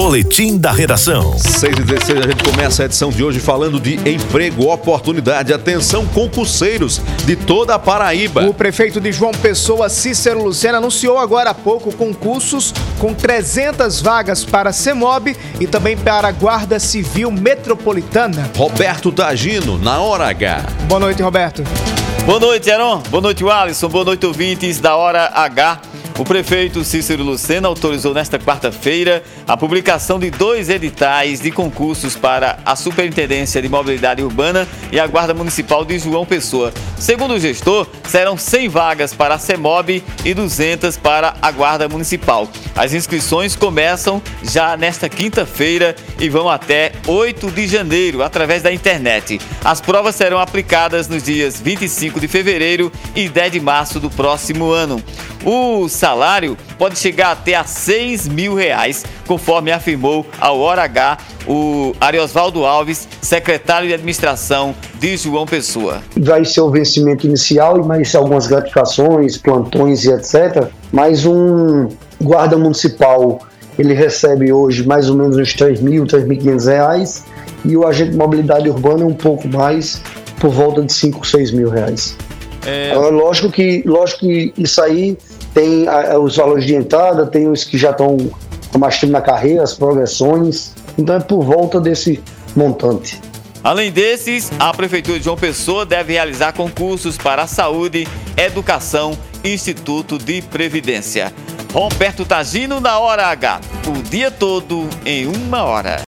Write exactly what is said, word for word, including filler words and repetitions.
Boletim da Redação. seis e dezesseis, a gente começa a edição de hoje falando de emprego, oportunidade. Atenção, concurseiros de toda a Paraíba. O prefeito de João Pessoa, Cícero Lucena, anunciou agora há pouco concursos com trezentas vagas para a CEMOB e também para a Guarda Civil Metropolitana. Roberto Tagino, na Hora H. Boa noite, Roberto. Boa noite, Heron. Boa noite, Alisson. Boa noite, ouvintes da Hora H. O prefeito Cícero Lucena autorizou nesta quarta-feira a publicação de dois editais de concursos para a Superintendência de Mobilidade Urbana e a Guarda Municipal de João Pessoa. Segundo o gestor, serão cem vagas para a CEMOB e duzentas para a Guarda Municipal. As inscrições começam já nesta quinta-feira e vão até oito de janeiro, através da internet. As provas serão aplicadas nos dias vinte e cinco de fevereiro e dez de março do próximo ano. O salário pode chegar até a seis mil reais, conforme afirmou ao Hora H o Ariosvaldo Alves, secretário de administração de João Pessoa. Vai ser o vencimento inicial e mais algumas gratificações, plantões e etcétera. Mas um guarda municipal, ele recebe hoje mais ou menos uns três mil, três mil e quinhentos reais, e o agente de mobilidade urbana um pouco mais, por volta de cinco, seis mil reais. É... Lógico que, lógico que isso aí tem a, os valores de entrada, tem os que já estão há mais tempo na carreira, as progressões, então é por volta desse montante. Além desses, a Prefeitura de João Pessoa deve realizar concursos para a saúde, educação e Instituto de Previdência. Roberto Tagino na Hora H, o dia todo em uma hora.